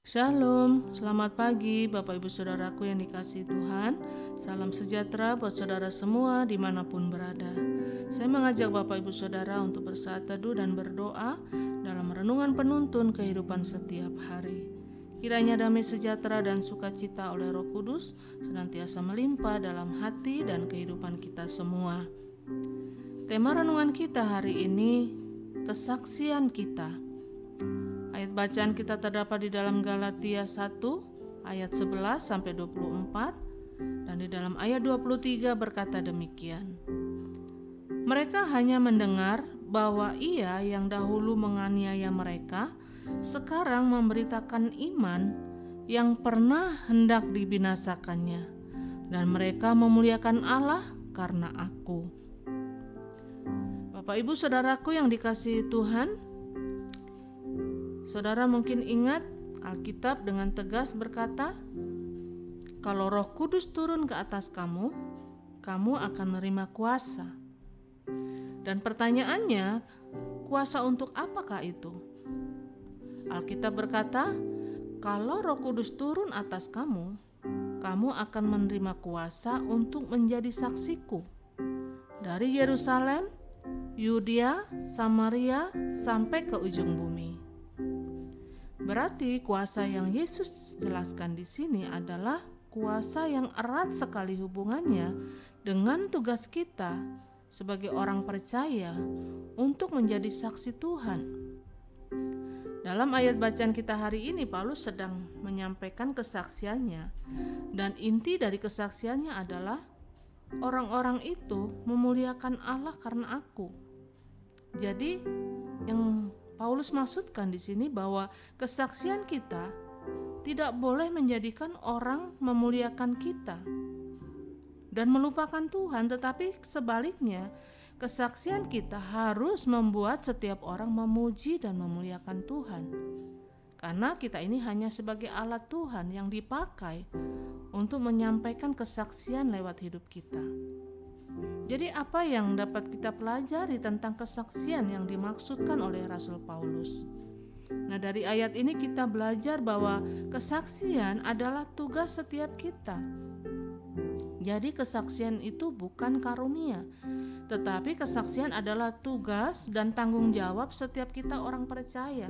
Shalom, selamat pagi Bapak Ibu Saudaraku yang dikasihi Tuhan. Salam sejahtera buat saudara semua dimanapun berada. Saya mengajak Bapak Ibu Saudara untuk bersaat teduh dan berdoa dalam renungan penuntun kehidupan setiap hari. Kiranya damai sejahtera dan sukacita oleh Roh Kudus senantiasa melimpah dalam hati dan kehidupan kita semua. Tema renungan kita hari ini, kesaksian kita. Ayat bacaan kita terdapat di dalam Galatia 1 ayat 11 sampai 24 dan di dalam ayat 23 berkata demikian. Mereka hanya mendengar bahwa Ia yang dahulu menganiaya mereka sekarang memberitakan iman yang pernah hendak dibinasakannya, dan mereka memuliakan Allah karena aku. Bapak Ibu Saudaraku yang dikasihi Tuhan, saudara mungkin ingat Alkitab dengan tegas berkata, kalau Roh Kudus turun ke atas kamu, kamu akan menerima kuasa. Dan pertanyaannya, kuasa untuk apakah itu? Alkitab berkata, kalau Roh Kudus turun atas kamu, kamu akan menerima kuasa untuk menjadi saksiku dari Yerusalem, Yudea, Samaria, sampai ke ujung bumi. Berarti kuasa yang Yesus jelaskan di sini adalah kuasa yang erat sekali hubungannya dengan tugas kita sebagai orang percaya untuk menjadi saksi Tuhan. Dalam ayat bacaan kita hari ini, Paulus sedang menyampaikan kesaksiannya, dan inti dari kesaksiannya adalah orang-orang itu memuliakan Allah karena aku. Jadi yang Paulus maksudkan di sini bahwa kesaksian kita tidak boleh menjadikan orang memuliakan kita dan melupakan Tuhan, tetapi sebaliknya kesaksian kita harus membuat setiap orang memuji dan memuliakan Tuhan. Karena kita ini hanya sebagai alat Tuhan yang dipakai untuk menyampaikan kesaksian lewat hidup kita. Jadi apa yang dapat kita pelajari tentang kesaksian yang dimaksudkan oleh Rasul Paulus? Nah, dari ayat ini kita belajar bahwa kesaksian adalah tugas setiap kita. Jadi kesaksian itu bukan karunia, tetapi kesaksian adalah tugas dan tanggung jawab setiap kita orang percaya.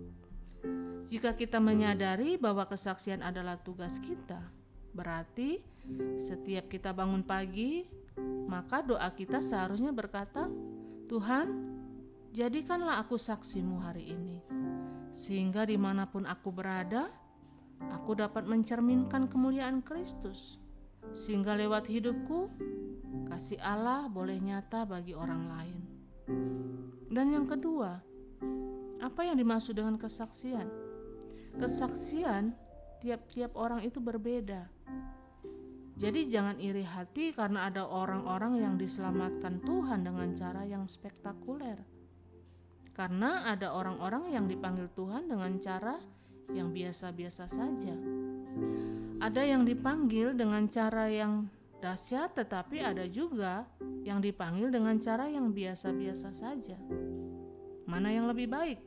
Jika kita menyadari bahwa kesaksian adalah tugas kita, berarti setiap kita bangun pagi, maka doa kita seharusnya berkata, Tuhan, jadikanlah aku saksimu hari ini, sehingga dimanapun aku berada, aku dapat mencerminkan kemuliaan Kristus, sehingga lewat hidupku, kasih Allah boleh nyata bagi orang lain. Dan yang kedua, apa yang dimaksud dengan kesaksian? Kesaksian tiap-tiap orang itu berbeda. Jadi jangan iri hati karena ada orang-orang yang diselamatkan Tuhan dengan cara yang spektakuler. Karena ada orang-orang yang dipanggil Tuhan dengan cara yang biasa-biasa saja. Ada yang dipanggil dengan cara yang dahsyat, tetapi ada juga yang dipanggil dengan cara yang biasa-biasa saja. Mana yang lebih baik?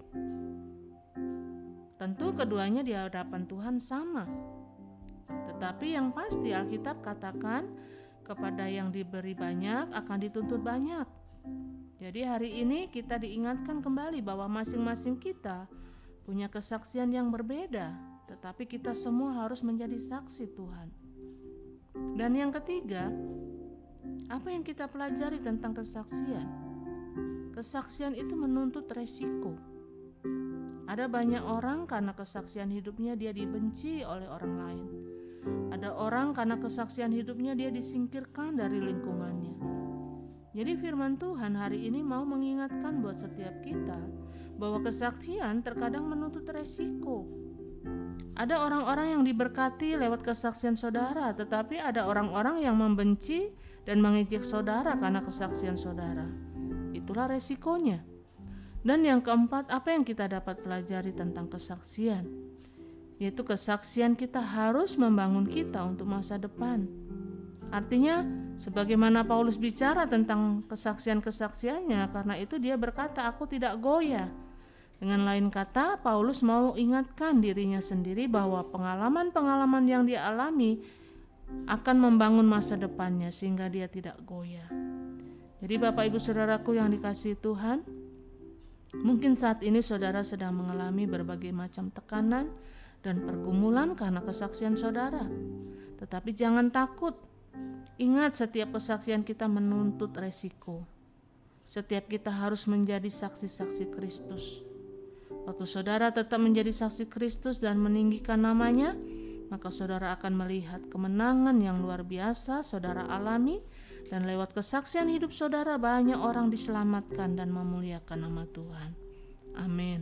Tentu keduanya di hadapan Tuhan sama. Tetapi yang pasti Alkitab katakan kepada yang diberi banyak akan dituntut banyak. Jadi hari ini kita diingatkan kembali bahwa masing-masing kita punya kesaksian yang berbeda, tetapi kita semua harus menjadi saksi Tuhan. Dan yang ketiga, apa yang kita pelajari tentang kesaksian? Kesaksian itu menuntut resiko. Ada banyak orang karena kesaksian hidupnya dia dibenci oleh orang lain. Ada orang karena kesaksian hidupnya dia disingkirkan dari lingkungannya. Jadi firman Tuhan hari ini mau mengingatkan buat setiap kita bahwa kesaksian terkadang menuntut resiko. Ada orang-orang yang diberkati lewat kesaksian saudara, tetapi ada orang-orang yang membenci dan mengejek saudara karena kesaksian saudara. Itulah resikonya. Dan yang keempat, apa yang kita dapat pelajari tentang kesaksian? Yaitu kesaksian kita harus membangun kita untuk masa depan. Artinya, sebagaimana Paulus bicara tentang kesaksian-kesaksiannya, karena itu dia berkata, aku tidak goyah Dengan lain kata, Paulus mau ingatkan dirinya sendiri bahwa pengalaman-pengalaman yang dia alami akan membangun masa depannya sehingga dia tidak goyah. Jadi Bapak Ibu Saudaraku yang dikasihi Tuhan, mungkin saat ini saudara sedang mengalami berbagai macam tekanan dan pergumulan karena kesaksian saudara. Tetapi jangan takut. Ingat, setiap kesaksian kita menuntut resiko. Setiap kita harus menjadi saksi-saksi Kristus. Waktu saudara tetap menjadi saksi Kristus dan meninggikan namanya, maka saudara akan melihat kemenangan yang luar biasa saudara alami, dan lewat kesaksian hidup saudara banyak orang diselamatkan dan memuliakan nama Tuhan. Amin.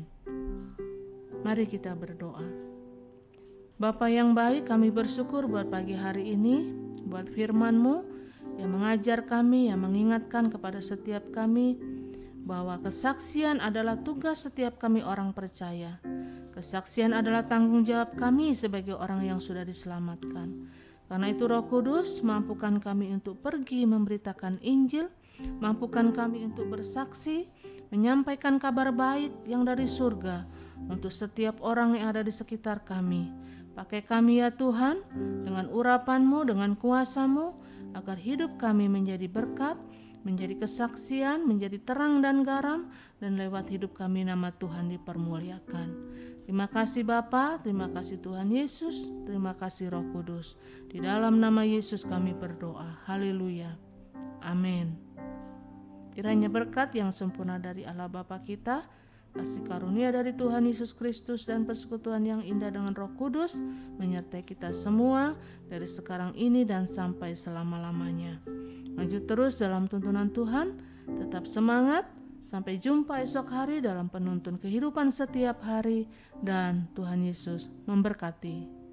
Mari kita berdoa. Bapa yang baik, kami bersyukur buat pagi hari ini, buat firman-Mu yang mengajar kami, yang mengingatkan kepada setiap kami bahwa kesaksian adalah tugas setiap kami orang percaya. Kesaksian adalah tanggung jawab kami sebagai orang yang sudah diselamatkan. Karena itu Roh Kudus, mampukan kami untuk pergi memberitakan Injil, mampukan kami untuk bersaksi, menyampaikan kabar baik yang dari surga untuk setiap orang yang ada di sekitar kami. Pakai kami ya Tuhan, dengan urapan-Mu, dengan kuasa-Mu, agar hidup kami menjadi berkat, menjadi kesaksian, menjadi terang dan garam, dan lewat hidup kami nama Tuhan dipermuliakan. Terima kasih Bapa, terima kasih Tuhan Yesus, terima kasih Roh Kudus. Di dalam nama Yesus kami berdoa. Haleluya. Amin. Kiranya berkat yang sempurna dari Allah Bapa kita, kasih karunia dari Tuhan Yesus Kristus, dan persekutuan yang indah dengan Roh Kudus menyertai kita semua dari sekarang ini dan sampai selama-lamanya. Maju terus dalam tuntunan Tuhan, tetap semangat, sampai jumpa esok hari dalam penuntun kehidupan setiap hari, dan Tuhan Yesus memberkati.